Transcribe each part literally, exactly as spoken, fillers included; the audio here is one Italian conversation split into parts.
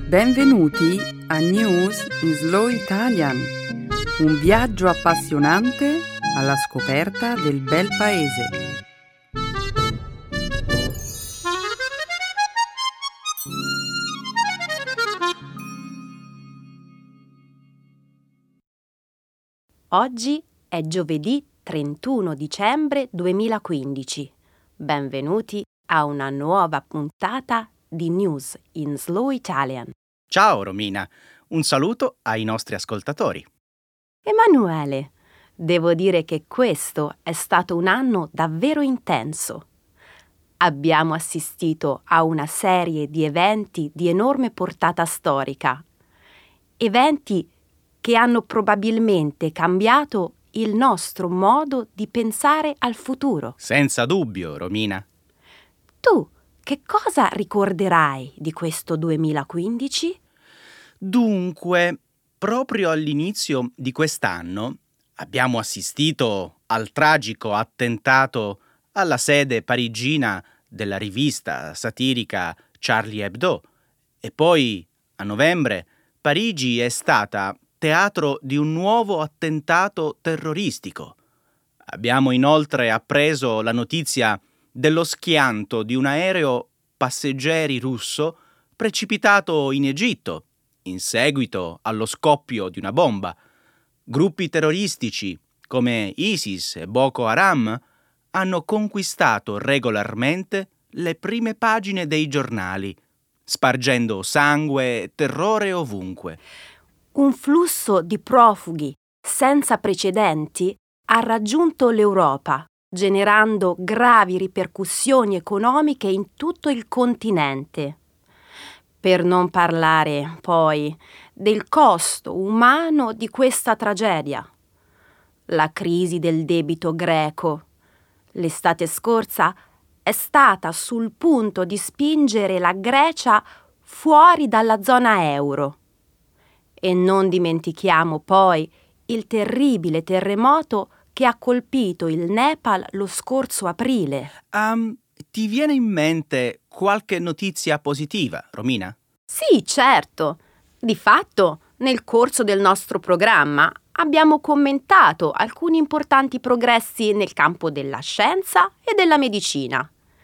Benvenuti a News in Slow Italian, un viaggio appassionante alla scoperta del bel paese. Oggi è giovedì trentuno dicembre duemilaquindici. Benvenuti a una nuova puntata di News in Slow Italian. Ciao Romina, un saluto ai nostri ascoltatori. Emanuele, devo dire che questo è stato un anno davvero intenso. Abbiamo assistito a una serie di eventi di enorme portata storica. Eventi che hanno probabilmente cambiato il nostro modo di pensare al futuro. Senza dubbio, Romina. Tu che cosa ricorderai di questo duemilaquindici? Dunque, proprio all'inizio di quest'anno abbiamo assistito al tragico attentato alla sede parigina della rivista satirica Charlie Hebdo e poi, a novembre, Parigi è stata teatro di un nuovo attentato terroristico. Abbiamo inoltre appreso la notizia dello schianto di un aereo passeggeri russo precipitato in Egitto in seguito allo scoppio di una bomba. Gruppi terroristici come ISIS e Boko Haram hanno conquistato regolarmente le prime pagine dei giornali, spargendo sangue e terrore ovunque. Un flusso di profughi senza precedenti ha raggiunto l'Europa, generando gravi ripercussioni economiche in tutto il continente. Per non parlare, poi, del costo umano di questa tragedia. La crisi del debito greco. L'estate scorsa è stata sul punto di spingere la Grecia fuori dalla zona euro. E non dimentichiamo poi il terribile terremoto che ha colpito il Nepal lo scorso aprile. Um, ti viene in mente qualche notizia positiva, Romina? Sì, certo. Di fatto, nel corso del nostro programma abbiamo commentato alcuni importanti progressi nel campo della scienza e della medicina.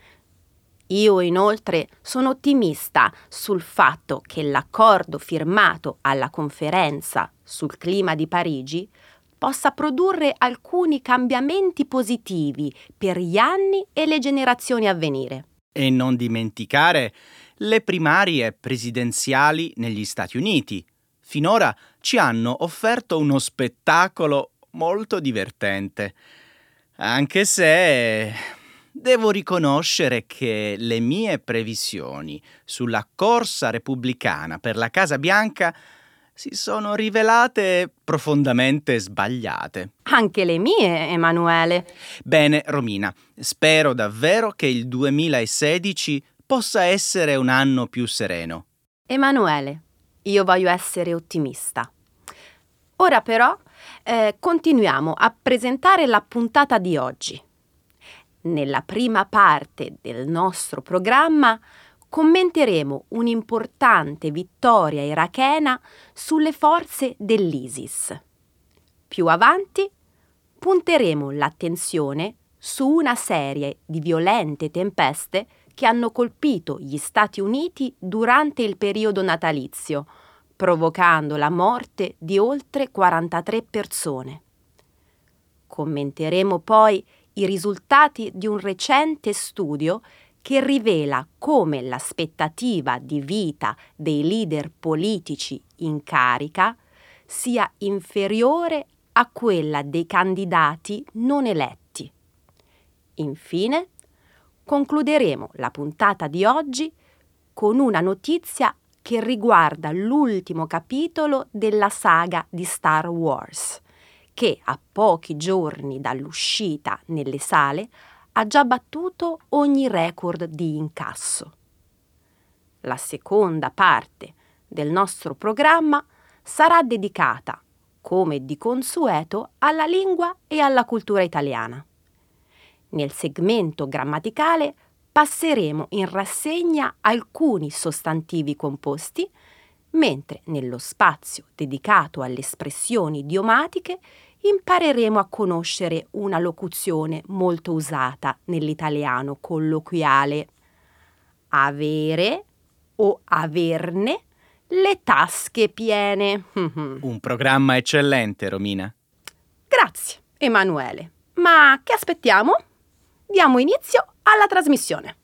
Io inoltre sono ottimista sul fatto che l'accordo firmato alla conferenza sul clima di Parigi possa produrre alcuni cambiamenti positivi per gli anni e le generazioni a venire. E non dimenticare le primarie presidenziali negli Stati Uniti. Finora ci hanno offerto uno spettacolo molto divertente, anche se devo riconoscere che le mie previsioni sulla corsa repubblicana per la Casa Bianca si sono rivelate profondamente sbagliate. Anche le mie, Emanuele. Bene, Romina, spero davvero che il duemilasedici possa essere un anno più sereno. Emanuele, io voglio essere ottimista. Ora però eh, continuiamo a presentare la puntata di oggi. Nella prima parte del nostro programma commenteremo un'importante vittoria irachena sulle forze dell'ISIS. Più avanti punteremo l'attenzione su una serie di violente tempeste che hanno colpito gli Stati Uniti durante il periodo natalizio, provocando la morte di oltre quarantatré persone. Commenteremo poi i risultati di un recente studio che rivela come l'aspettativa di vita dei leader politici in carica sia inferiore a quella dei candidati non eletti. Infine, concluderemo la puntata di oggi con una notizia che riguarda l'ultimo capitolo della saga di Star Wars, che a pochi giorni dall'uscita nelle sale ha già battuto ogni record di incasso. La seconda parte del nostro programma sarà dedicata, come di consueto, alla lingua e alla cultura italiana. Nel segmento grammaticale passeremo in rassegna alcuni sostantivi composti, mentre nello spazio dedicato alle espressioni idiomatiche impareremo a conoscere una locuzione molto usata nell'italiano colloquiale: avere o averne le tasche piene. Un programma eccellente, Romina. Grazie, Emanuele. Ma che aspettiamo? Diamo inizio alla trasmissione.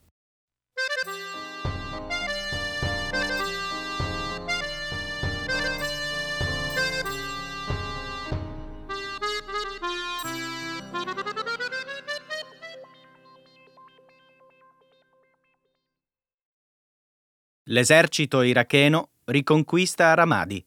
L'esercito iracheno riconquista Ramadi.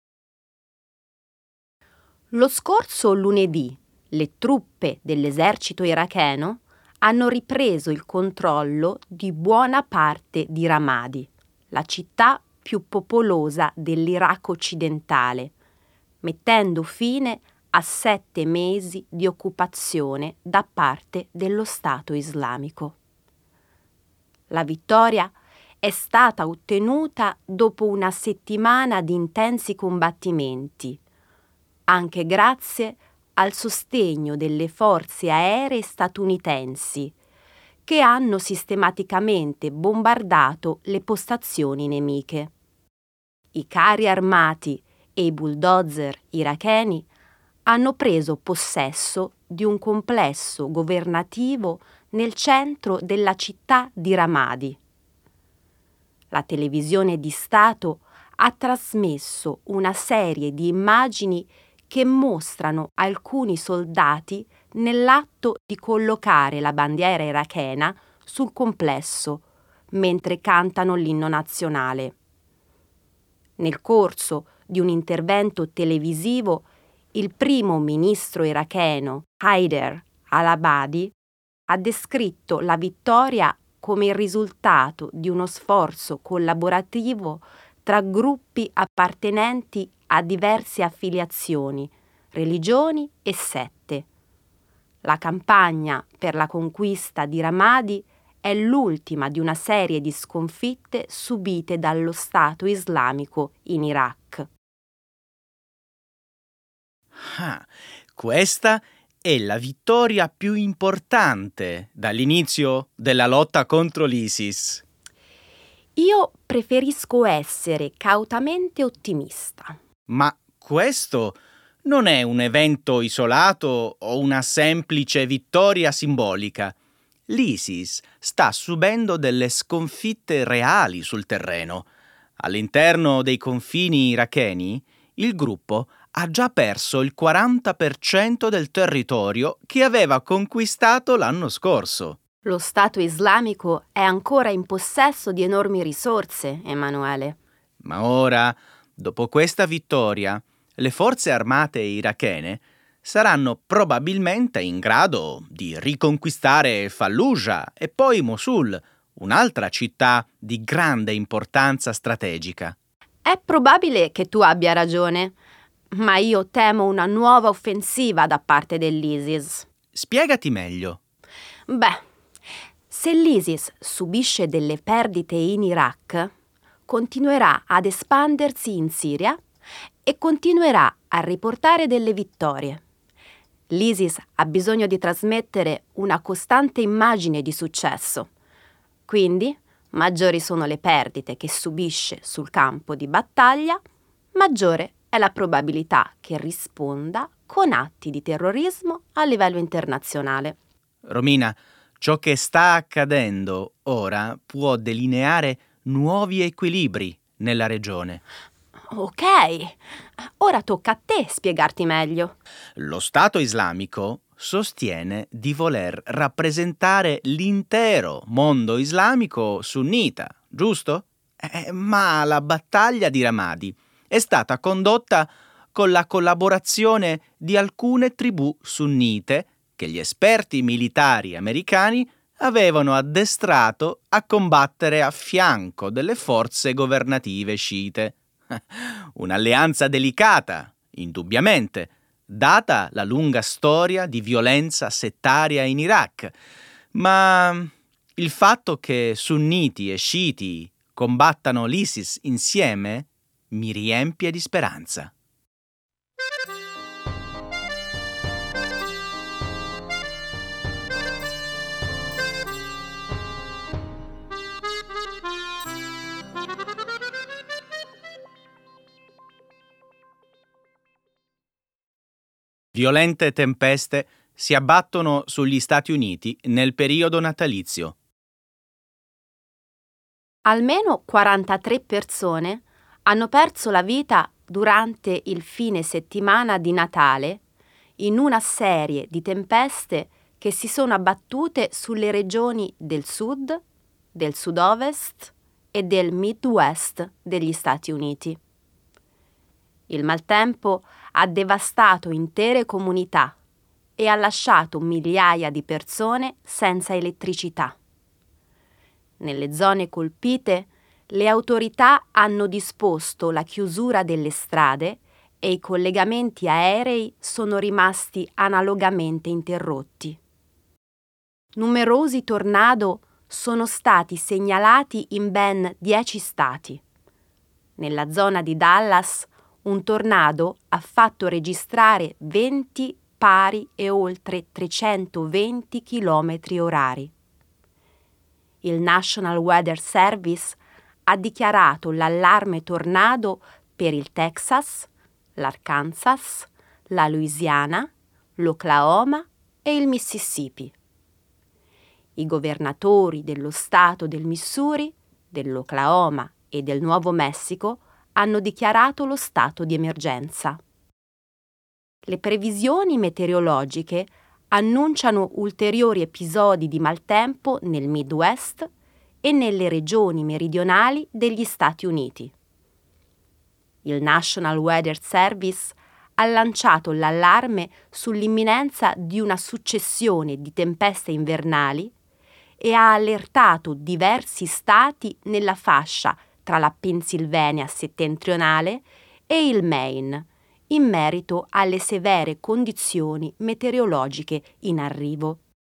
Lo scorso lunedì le truppe dell'esercito iracheno hanno ripreso il controllo di buona parte di Ramadi, la città più popolosa dell'Iraq occidentale, mettendo fine a sette mesi di occupazione da parte dello Stato islamico. La vittoria è stata ottenuta dopo una settimana di intensi combattimenti, anche grazie al sostegno delle forze aeree statunitensi, che hanno sistematicamente bombardato le postazioni nemiche. I carri armati e i bulldozer iracheni hanno preso possesso di un complesso governativo nel centro della città di Ramadi. La televisione di Stato ha trasmesso una serie di immagini che mostrano alcuni soldati nell'atto di collocare la bandiera irachena sul complesso mentre cantano l'inno nazionale. Nel corso di un intervento televisivo, il primo ministro iracheno Haider al-Abadi ha descritto la vittoria come il risultato di uno sforzo collaborativo tra gruppi appartenenti a diverse affiliazioni, religioni e sette. La campagna per la conquista di Ramadi è l'ultima di una serie di sconfitte subite dallo Stato islamico in Iraq. Ah, questa è la vittoria più importante dall'inizio della lotta contro l'ISIS. Io preferisco essere cautamente ottimista. Ma questo non è un evento isolato o una semplice vittoria simbolica. L'ISIS sta subendo delle sconfitte reali sul terreno. All'interno dei confini iracheni, il gruppo ha già perso il quaranta per cento del territorio che aveva conquistato l'anno scorso. Lo Stato islamico è ancora in possesso di enormi risorse, Emanuele. Ma ora, dopo questa vittoria, le forze armate irachene saranno probabilmente in grado di riconquistare Fallujah e poi Mosul, un'altra città di grande importanza strategica. È probabile che tu abbia ragione, ma io temo una nuova offensiva da parte dell'ISIS. Spiegati meglio. Beh, se l'ISIS subisce delle perdite in Iraq, continuerà ad espandersi in Siria e continuerà a riportare delle vittorie. L'ISIS ha bisogno di trasmettere una costante immagine di successo. Quindi, maggiori sono le perdite che subisce sul campo di battaglia, maggiore è la probabilità che risponda con atti di terrorismo a livello internazionale. Romina, ciò che sta accadendo ora può delineare nuovi equilibri nella regione. Ok, ora tocca a te spiegarti meglio. Lo Stato islamico sostiene di voler rappresentare l'intero mondo islamico sunnita, giusto? Eh, ma la battaglia di Ramadi è stata condotta con la collaborazione di alcune tribù sunnite che gli esperti militari americani avevano addestrato a combattere a fianco delle forze governative sciite. Un'alleanza delicata, indubbiamente, data la lunga storia di violenza settaria in Iraq, ma il fatto che sunniti e sciiti combattano l'ISIS insieme mi riempie di speranza. Violente tempeste si abbattono sugli Stati Uniti nel periodo natalizio. Almeno quarantatré persone hanno perso la vita durante il fine settimana di Natale in una serie di tempeste che si sono abbattute sulle regioni del sud, del sud-ovest e del Midwest degli Stati Uniti. Il maltempo ha devastato intere comunità e ha lasciato migliaia di persone senza elettricità. Nelle zone colpite, le autorità hanno disposto la chiusura delle strade e i collegamenti aerei sono rimasti analogamente interrotti. Numerosi tornado sono stati segnalati in ben dieci stati. Nella zona di Dallas, un tornado ha fatto registrare venti pari e oltre trecentoventi chilometri orari. Il National Weather Service ha dichiarato l'allarme tornado per il Texas, l'Arkansas, la Louisiana, l'Oklahoma e il Mississippi. I governatori dello stato del Missouri, dell'Oklahoma e del Nuovo Messico hanno dichiarato lo stato di emergenza. Le previsioni meteorologiche annunciano ulteriori episodi di maltempo nel Midwest e nelle regioni meridionali degli Stati Uniti. Il National Weather Service ha lanciato l'allarme sull'imminenza di una successione di tempeste invernali e ha allertato diversi stati nella fascia tra la Pennsylvania settentrionale e il Maine, in merito alle severe condizioni meteorologiche in arrivo.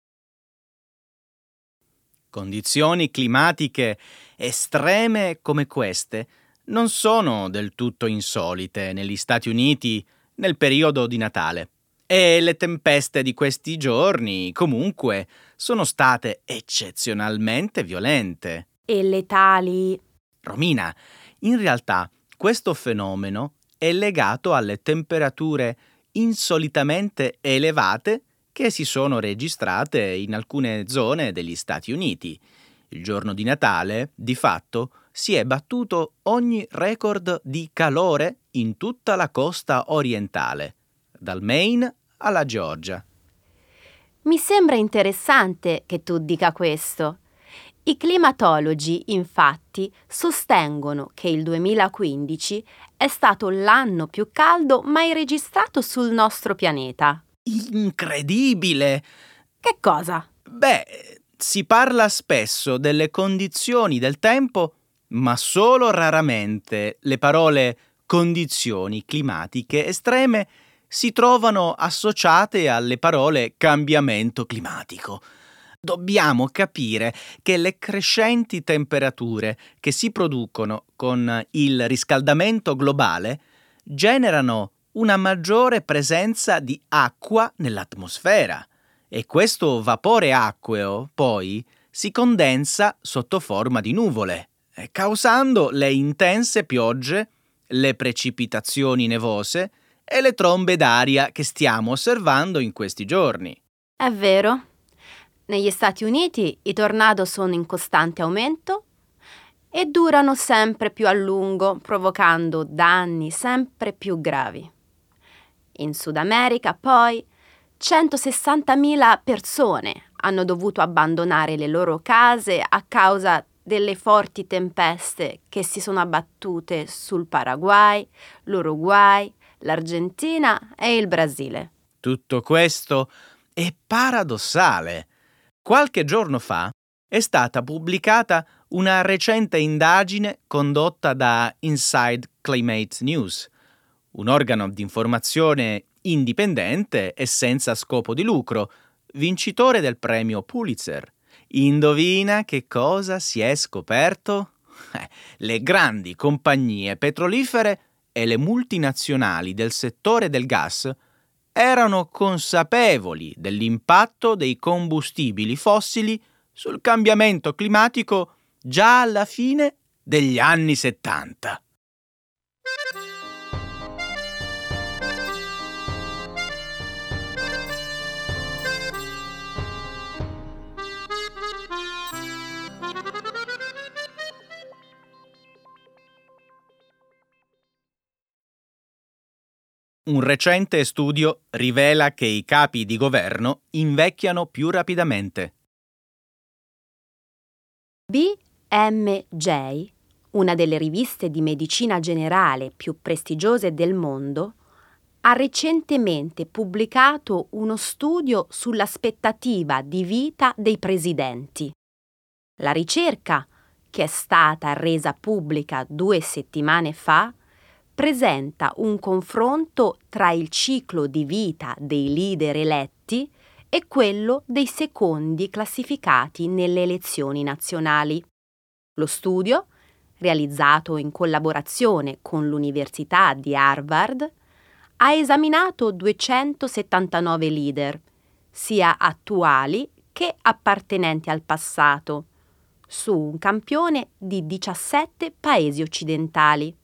Condizioni climatiche estreme come queste non sono del tutto insolite negli Stati Uniti nel periodo di Natale. E le tempeste di questi giorni, comunque, sono state eccezionalmente violente. E letali. Romina, in realtà questo fenomeno è legato alle temperature insolitamente elevate che si sono registrate in alcune zone degli Stati Uniti. Il giorno di Natale, di fatto, si è battuto ogni record di calore in tutta la costa orientale, dal Maine alla Georgia. Mi sembra interessante che tu dica questo. I climatologi, infatti, sostengono che il duemilaquindici è stato l'anno più caldo mai registrato sul nostro pianeta. Incredibile! Che cosa? Beh, si parla spesso delle condizioni del tempo, ma solo raramente le parole condizioni climatiche estreme si trovano associate alle parole cambiamento climatico. Dobbiamo capire che le crescenti temperature che si producono con il riscaldamento globale generano una maggiore presenza di acqua nell'atmosfera e questo vapore acqueo poi si condensa sotto forma di nuvole, causando le intense piogge, le precipitazioni nevose e le trombe d'aria che stiamo osservando in questi giorni. È vero. Negli Stati Uniti i tornado sono in costante aumento e durano sempre più a lungo, provocando danni sempre più gravi. In Sud America, poi, centosessantamila persone hanno dovuto abbandonare le loro case a causa delle forti tempeste che si sono abbattute sul Paraguay, l'Uruguay, l'Argentina e il Brasile. Tutto questo è paradossale. Qualche giorno fa è stata pubblicata una recente indagine condotta da Inside Climate News, un organo di informazione indipendente e senza scopo di lucro, vincitore del premio Pulitzer. Indovina che cosa si è scoperto? Eh, le grandi compagnie petrolifere e le multinazionali del settore del gas erano consapevoli dell'impatto dei combustibili fossili sul cambiamento climatico già alla fine degli anni settanta. Un recente studio rivela che i capi di governo invecchiano più rapidamente. B M J, una delle riviste di medicina generale più prestigiose del mondo, ha recentemente pubblicato uno studio sull'aspettativa di vita dei presidenti. La ricerca, che è stata resa pubblica due settimane fa, presenta un confronto tra il ciclo di vita dei leader eletti e quello dei secondi classificati nelle elezioni nazionali. Lo studio, realizzato in collaborazione con l'Università di Harvard, ha esaminato duecentosettantanove leader, sia attuali che appartenenti al passato, su un campione di diciassette paesi occidentali.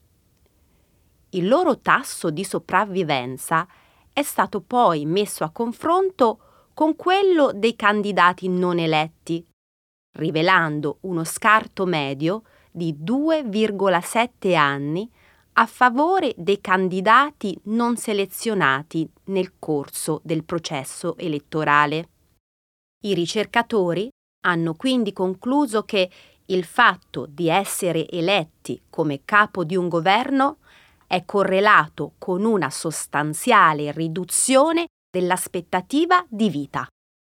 Il loro tasso di sopravvivenza è stato poi messo a confronto con quello dei candidati non eletti, rivelando uno scarto medio di due virgola sette anni a favore dei candidati non selezionati nel corso del processo elettorale. I ricercatori hanno quindi concluso che il fatto di essere eletti come capo di un governo è correlato con una sostanziale riduzione dell'aspettativa di vita.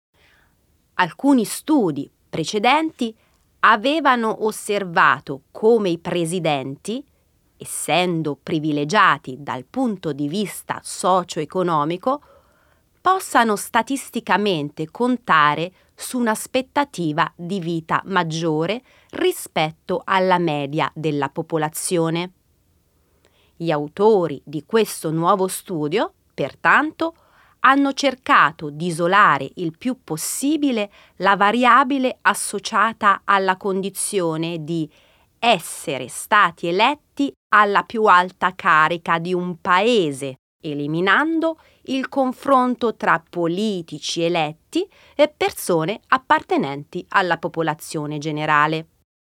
Alcuni studi precedenti avevano osservato come i presidenti, essendo privilegiati dal punto di vista socio-economico, possano statisticamente contare su un'aspettativa di vita maggiore rispetto alla media della popolazione. Gli autori di questo nuovo studio, pertanto, hanno cercato di isolare il più possibile la variabile associata alla condizione di essere stati eletti alla più alta carica di un paese, eliminando il confronto tra politici eletti e persone appartenenti alla popolazione generale.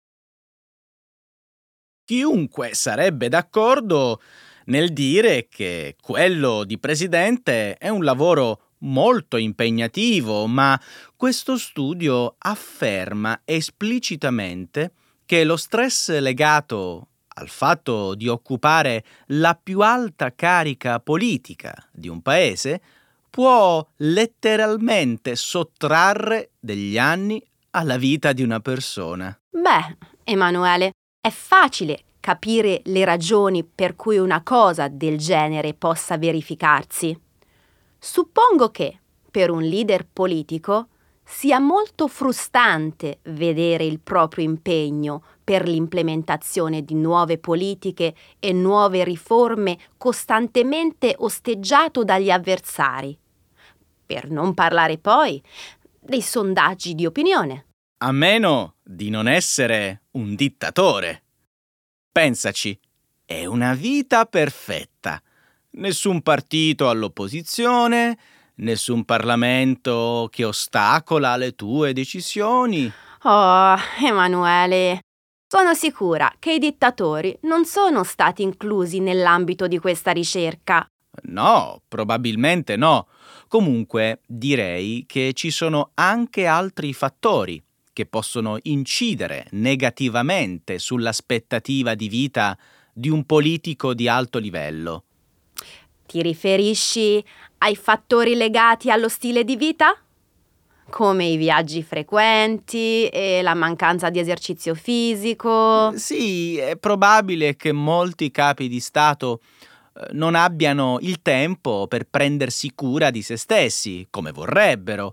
Chiunque sarebbe d'accordo nel dire che quello di presidente è un lavoro molto impegnativo, ma questo studio afferma esplicitamente che lo stress legato al fatto di occupare la più alta carica politica di un paese può letteralmente sottrarre degli anni alla vita di una persona. Beh, Emanuele, è facile capire le ragioni per cui una cosa del genere possa verificarsi. Suppongo che, per un leader politico, sia molto frustrante vedere il proprio impegno per l'implementazione di nuove politiche e nuove riforme costantemente osteggiato dagli avversari. Per non parlare poi dei sondaggi di opinione. A meno di non essere un dittatore. Pensaci, è una vita perfetta. Nessun partito all'opposizione, nessun Parlamento che ostacola le tue decisioni. Oh, Emanuele, sono sicura che i dittatori non sono stati inclusi nell'ambito di questa ricerca. No, probabilmente no. Comunque direi che ci sono anche altri fattori che possono incidere negativamente sull'aspettativa di vita di un politico di alto livello. Ti riferisci ai fattori legati allo stile di vita? Come i viaggi frequenti e la mancanza di esercizio fisico? Sì, è probabile che molti capi di Stato eh, non abbiano il tempo per prendersi cura di se stessi, come vorrebbero,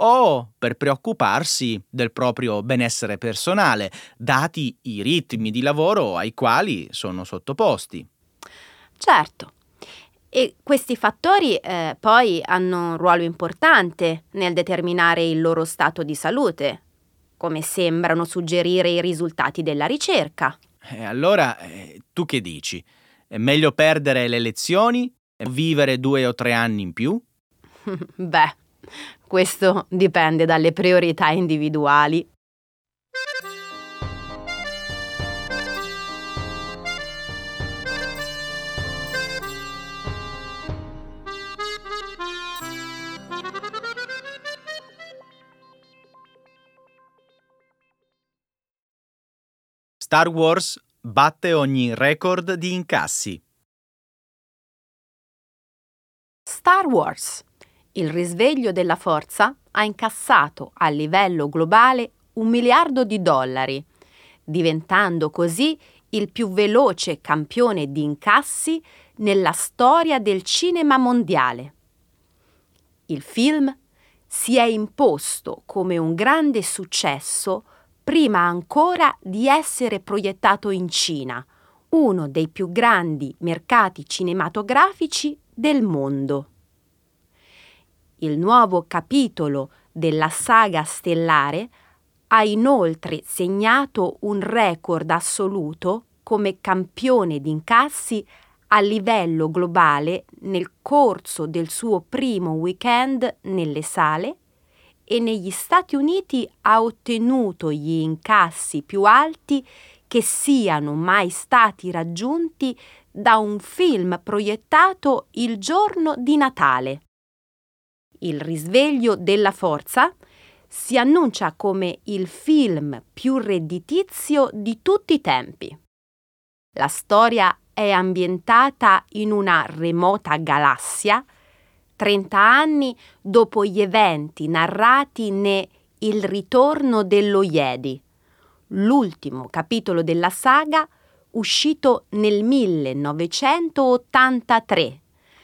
o per preoccuparsi del proprio benessere personale, dati i ritmi di lavoro ai quali sono sottoposti. Certo. E questi fattori eh, poi hanno un ruolo importante nel determinare il loro stato di salute, come sembrano suggerire i risultati della ricerca. E allora, eh, tu che dici? È meglio perdere le lezioni e vivere due o tre anni in più? Beh, questo dipende dalle priorità individuali. Star Wars batte ogni record di incassi. Star Wars, il risveglio della forza, ha incassato a livello globale un miliardo di dollari, diventando così il più veloce campione di incassi nella storia del cinema mondiale. Il film si è imposto come un grande successo prima ancora di essere proiettato in Cina, uno dei più grandi mercati cinematografici del mondo. Il nuovo capitolo della saga stellare ha inoltre segnato un record assoluto come campione di incassi a livello globale nel corso del suo primo weekend nelle sale e negli Stati Uniti ha ottenuto gli incassi più alti che siano mai stati raggiunti da un film proiettato il giorno di Natale. Il risveglio della forza si annuncia come il film più redditizio di tutti i tempi. La storia è ambientata in una remota galassia, trenta anni dopo gli eventi narrati ne Il ritorno dello Jedi, l'ultimo capitolo della saga uscito nel millenovecentottantatré.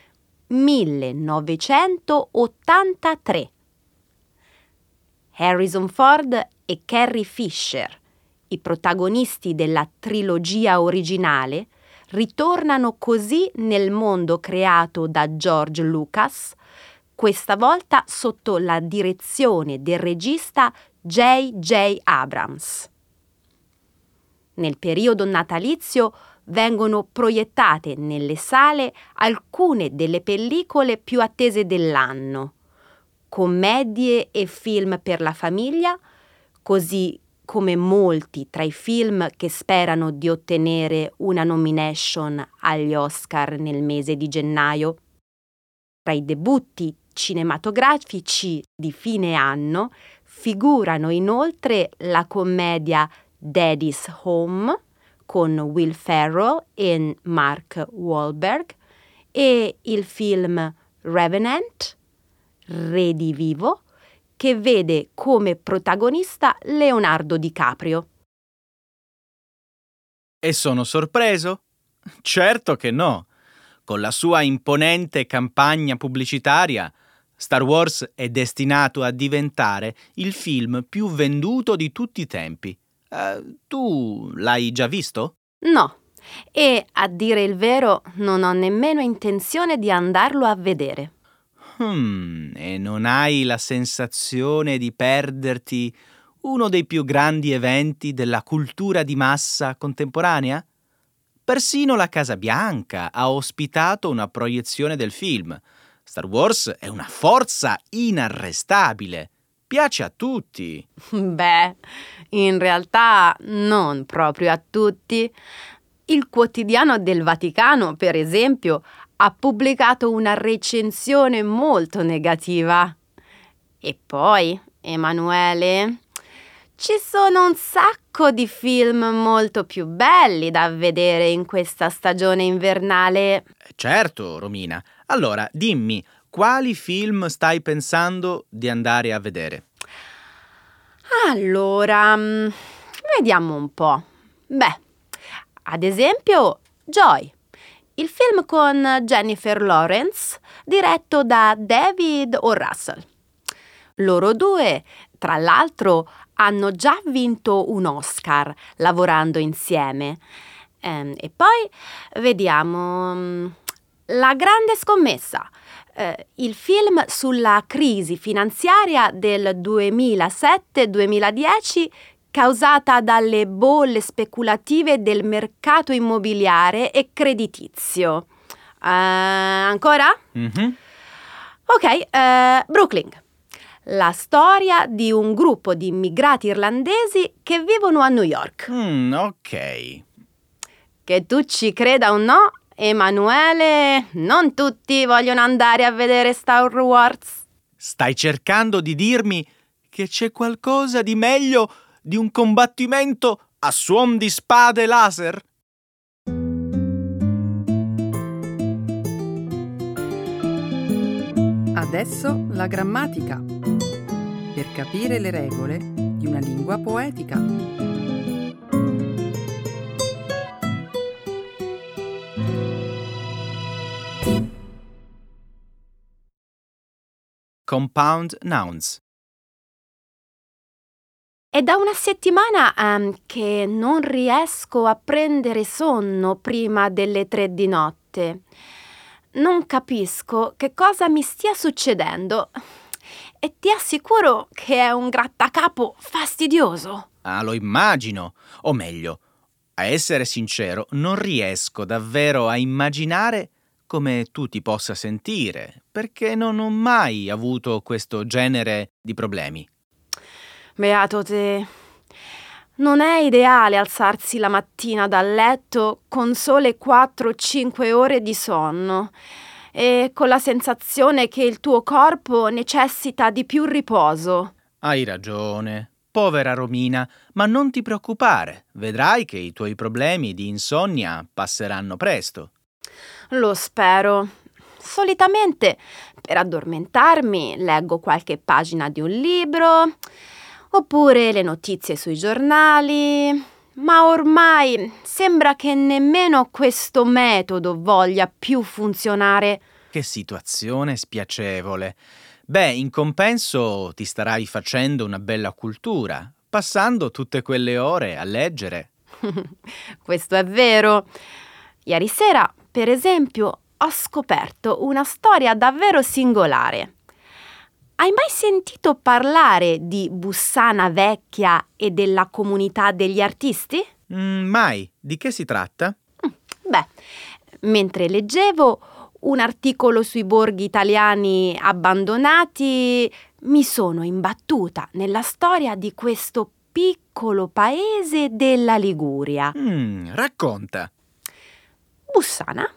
millenovecentottantatré. Harrison Ford e Carrie Fisher, i protagonisti della trilogia originale, ritornano così nel mondo creato da George Lucas, questa volta sotto la direzione del regista J J Abrams. Nel periodo natalizio vengono proiettate nelle sale alcune delle pellicole più attese dell'anno, commedie e film per la famiglia, così come molti tra i film che sperano di ottenere una nomination agli Oscar nel mese di gennaio. Tra i debutti cinematografici di fine anno figurano inoltre la commedia Daddy's Home con Will Ferrell e Mark Wahlberg e il film Revenant, Redivivo, che vede come protagonista Leonardo DiCaprio. E sono sorpreso? Certo che no. Con la sua imponente campagna pubblicitaria, Star Wars è destinato a diventare il film più venduto di tutti i tempi. Uh, tu l'hai già visto? No, e a dire il vero non ho nemmeno intenzione di andarlo a vedere. Hmm, e non hai la sensazione di perderti uno dei più grandi eventi della cultura di massa contemporanea? Persino la Casa Bianca ha ospitato una proiezione del film. Star Wars è una forza inarrestabile. Piace a tutti. Beh, in realtà non proprio a tutti. Il Quotidiano del Vaticano, per esempio, ha pubblicato una recensione molto negativa. E poi, Emanuele, ci sono un sacco di film molto più belli da vedere in questa stagione invernale. Certo, Romina. Allora, dimmi, quali film stai pensando di andare a vedere? Allora, vediamo un po'. Beh, ad esempio, Joy, il film con Jennifer Lawrence, diretto da David O. Russell. Loro due, tra l'altro, hanno già vinto un Oscar lavorando insieme. Ehm, e poi vediamo mm, La grande scommessa, eh, il film sulla crisi finanziaria del duemilasette duemiladieci causata dalle bolle speculative del mercato immobiliare e creditizio. Eh, ancora? Mhm. Ok, eh, Brooklyn. La storia di un gruppo di immigrati irlandesi che vivono a New York. Mm, ok. Che tu ci creda o no, Emanuele, non tutti vogliono andare a vedere Star Wars. Stai cercando di dirmi che c'è qualcosa di meglio di un combattimento a suon di spade laser? Adesso la grammatica, per capire le regole di una lingua poetica. Compound nouns. È da una settimana ehm, che non riesco a prendere sonno prima delle tre di notte. Non capisco che cosa mi stia succedendo e ti assicuro che è un grattacapo fastidioso. Ah, lo immagino. O meglio, a essere sincero, non riesco davvero a immaginare come tu ti possa sentire, perché non ho mai avuto questo genere di problemi. Beato te. Non è ideale alzarsi la mattina dal letto con sole quattro cinque ore di sonno e con la sensazione che il tuo corpo necessita di più riposo. Hai ragione. Povera Romina, ma non ti preoccupare. Vedrai che i tuoi problemi di insonnia passeranno presto. Lo spero. Solitamente, per addormentarmi, leggo qualche pagina di un libro, oppure le notizie sui giornali, ma ormai sembra che nemmeno questo metodo voglia più funzionare. Che situazione spiacevole. Beh, in compenso ti starai facendo una bella cultura, passando tutte quelle ore a leggere. Questo è vero. Ieri sera, per esempio, ho scoperto una storia davvero singolare. Hai mai sentito parlare di Bussana Vecchia e della comunità degli artisti? Mm, mai. Di che si tratta? Beh, mentre leggevo un articolo sui borghi italiani abbandonati, mi sono imbattuta nella storia di questo piccolo paese della Liguria. Mm, racconta. Bussana,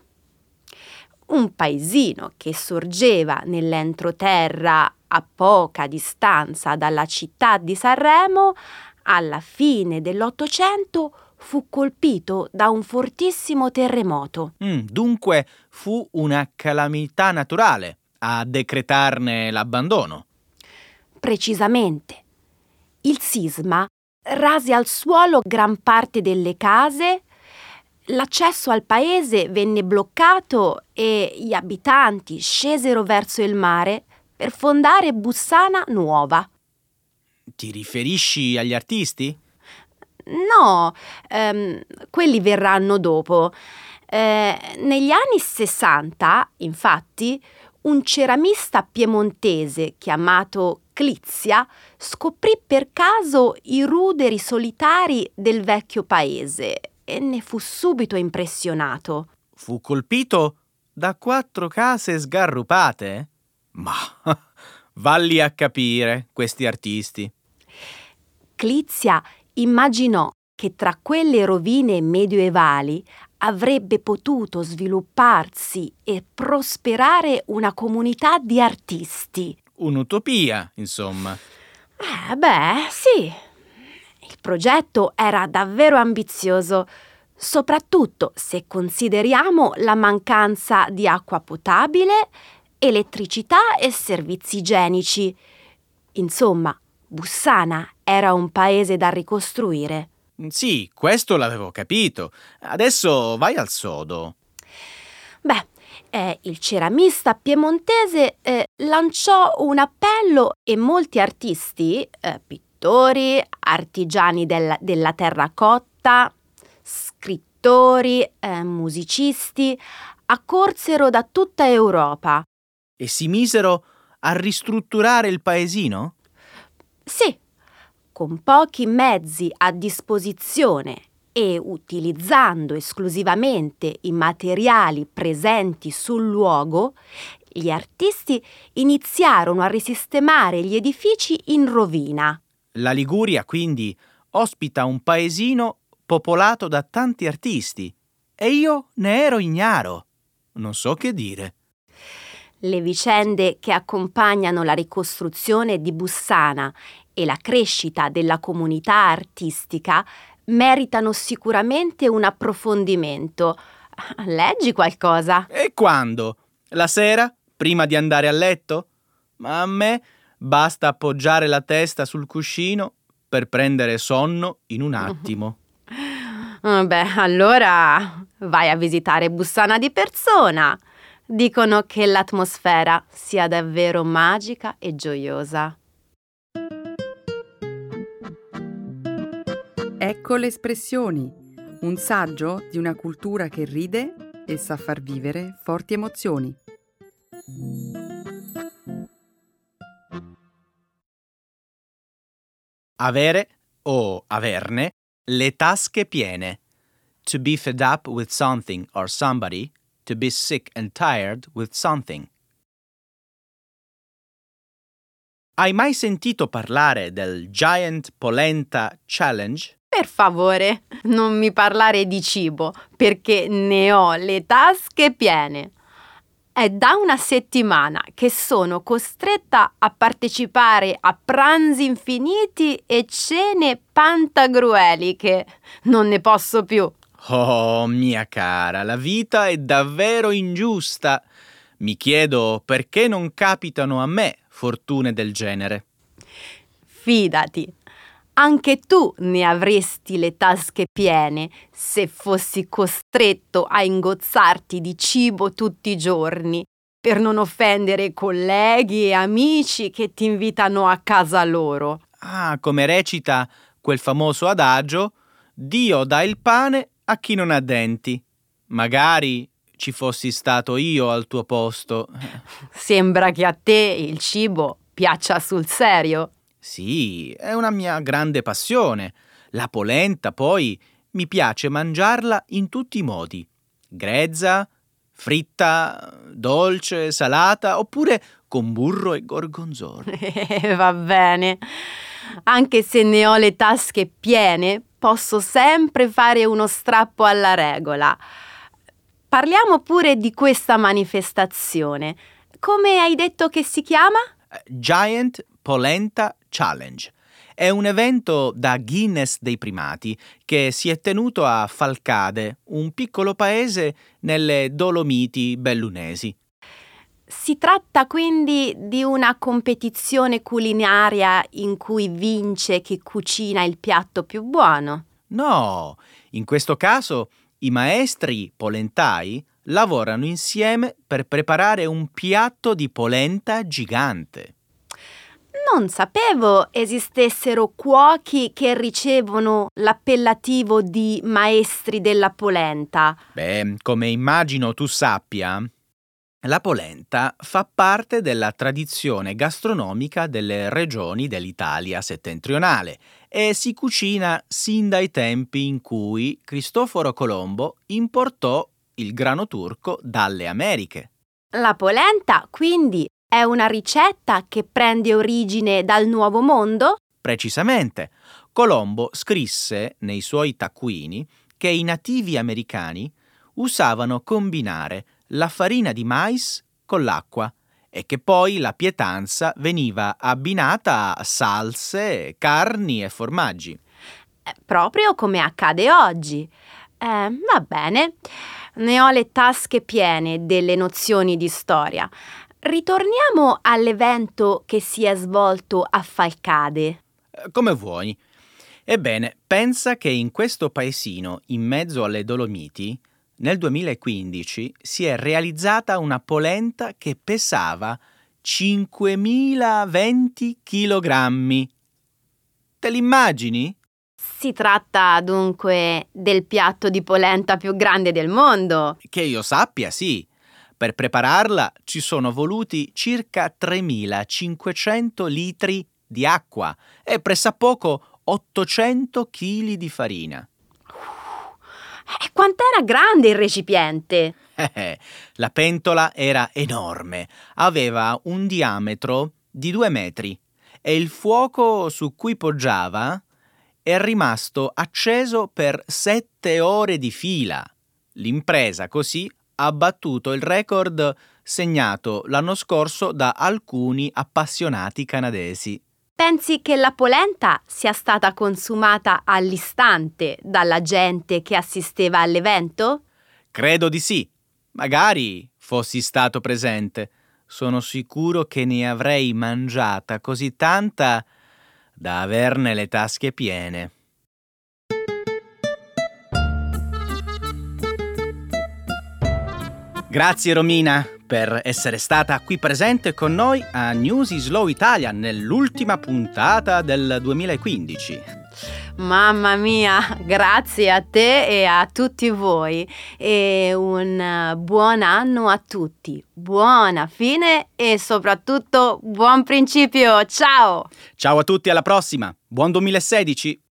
un paesino che sorgeva nell'entroterra a poca distanza dalla città di Sanremo, alla fine dell'Ottocento fu colpito da un fortissimo terremoto. Mm, dunque fu una calamità naturale a decretarne l'abbandono. Precisamente. Il sisma rase al suolo gran parte delle case, l'accesso al paese venne bloccato e gli abitanti scesero verso il mare per fondare Bussana Nuova. Ti riferisci agli artisti? No, ehm, quelli verranno dopo. Eh, negli anni sessanta, infatti, un ceramista piemontese chiamato Clizia scoprì per caso i ruderi solitari del vecchio paese e ne fu subito impressionato. Fu colpito da quattro case sgarrupate? Ma valli a capire questi artisti. Clizia immaginò che tra quelle rovine medioevali avrebbe potuto svilupparsi e prosperare una comunità di artisti. Un'utopia, insomma. Eh, beh, sì. Il progetto era davvero ambizioso, soprattutto se consideriamo la mancanza di acqua potabile, elettricità e servizi igienici. Insomma, Bussana era un paese da ricostruire. Sì, questo l'avevo capito. Adesso vai al sodo. Beh, Eh, il ceramista piemontese eh, lanciò un appello e molti artisti, eh, pittori, artigiani del- della terracotta, scrittori, eh, musicisti, accorsero da tutta Europa. E si misero a ristrutturare il paesino? Sì, con pochi mezzi a disposizione e utilizzando esclusivamente i materiali presenti sul luogo, gli artisti iniziarono a risistemare gli edifici in rovina. La Liguria, quindi, ospita un paesino popolato da tanti artisti e io ne ero ignaro. Non so che dire. Le vicende che accompagnano la ricostruzione di Bussana e la crescita della comunità artistica meritano sicuramente un approfondimento. Leggi qualcosa? E quando? La sera? Prima di andare a letto? Ma a me basta appoggiare la testa sul cuscino per prendere sonno in un attimo. Beh, allora vai a visitare Bussana di persona. Dicono che l'atmosfera sia davvero magica e gioiosa. Ecco le espressioni, un saggio di una cultura che ride e sa far vivere forti emozioni. Avere o averne le tasche piene. To be fed up with something or somebody. To be sick and tired with something. Hai mai sentito parlare del Giant Polenta Challenge? Per favore, non mi parlare di cibo, perché ne ho le tasche piene. È da una settimana che sono costretta a partecipare a pranzi infiniti e cene pantagrueliche. Non ne posso più. Oh, mia cara, la vita è davvero ingiusta. Mi chiedo perché non capitano a me fortune del genere. Fidati, anche tu ne avresti le tasche piene se fossi costretto a ingozzarti di cibo tutti i giorni, per non offendere colleghi e amici che ti invitano a casa loro. Ah, come recita quel famoso adagio, Dio dà il pane a chi non ha denti. Magari ci fossi stato io al tuo posto. Sembra che a te il cibo piaccia sul serio. Sì, è una mia grande passione. La polenta, poi, mi piace mangiarla in tutti i modi. Grezza, fritta, dolce, salata, oppure con burro e gorgonzola. Va bene. Anche se ne ho le tasche piene, posso sempre fare uno strappo alla regola. Parliamo pure di questa manifestazione. Come hai detto che si chiama? Giant Polenta Challenge. È un evento da Guinness dei primati che si è tenuto a Falcade, un piccolo paese nelle Dolomiti bellunesi. Si tratta quindi di una competizione culinaria in cui vince chi cucina il piatto più buono? No, in questo caso i maestri polentai lavorano insieme per preparare un piatto di polenta gigante. Non sapevo esistessero cuochi che ricevono l'appellativo di maestri della polenta. Beh, come immagino tu sappia, la polenta fa parte della tradizione gastronomica delle regioni dell'Italia settentrionale e si cucina sin dai tempi in cui Cristoforo Colombo importò il grano turco dalle Americhe. La polenta, quindi, è una ricetta che prende origine dal Nuovo Mondo? Precisamente. Colombo scrisse nei suoi taccuini che i nativi americani usavano combinare la farina di mais con l'acqua e che poi la pietanza veniva abbinata a salse, carni e formaggi. Eh, proprio come accade oggi. Eh, va bene, ne ho le tasche piene delle nozioni di storia. Ritorniamo all'evento che si è svolto a Falcade. Come vuoi. Ebbene, pensa che in questo paesino, in mezzo alle Dolomiti, nel duemilaquindici si è realizzata una polenta che pesava cinquemilaventi chilogrammi. Te l'immagini? Si tratta dunque del piatto di polenta più grande del mondo. Che io sappia, sì. Per prepararla ci sono voluti circa tremilacinquecento litri di acqua e pressappoco ottocento chili di farina. E quant'era grande il recipiente? Eh, la pentola era enorme, aveva un diametro di due metri e il fuoco su cui poggiava è rimasto acceso per sette ore di fila. L'impresa così ha battuto il record segnato l'anno scorso da alcuni appassionati canadesi. Pensi che la polenta sia stata consumata all'istante dalla gente che assisteva all'evento? Credo di sì. Magari fossi stato presente. Sono sicuro che ne avrei mangiata così tanta da averne le tasche piene. Grazie Romina per essere stata qui presente con noi a News in Slow Italia nell'ultima puntata del duemilaquindici. Mamma mia, grazie a te e a tutti voi e un buon anno a tutti, buona fine e soprattutto buon principio, ciao! Ciao a tutti, alla prossima, buon duemilasedici!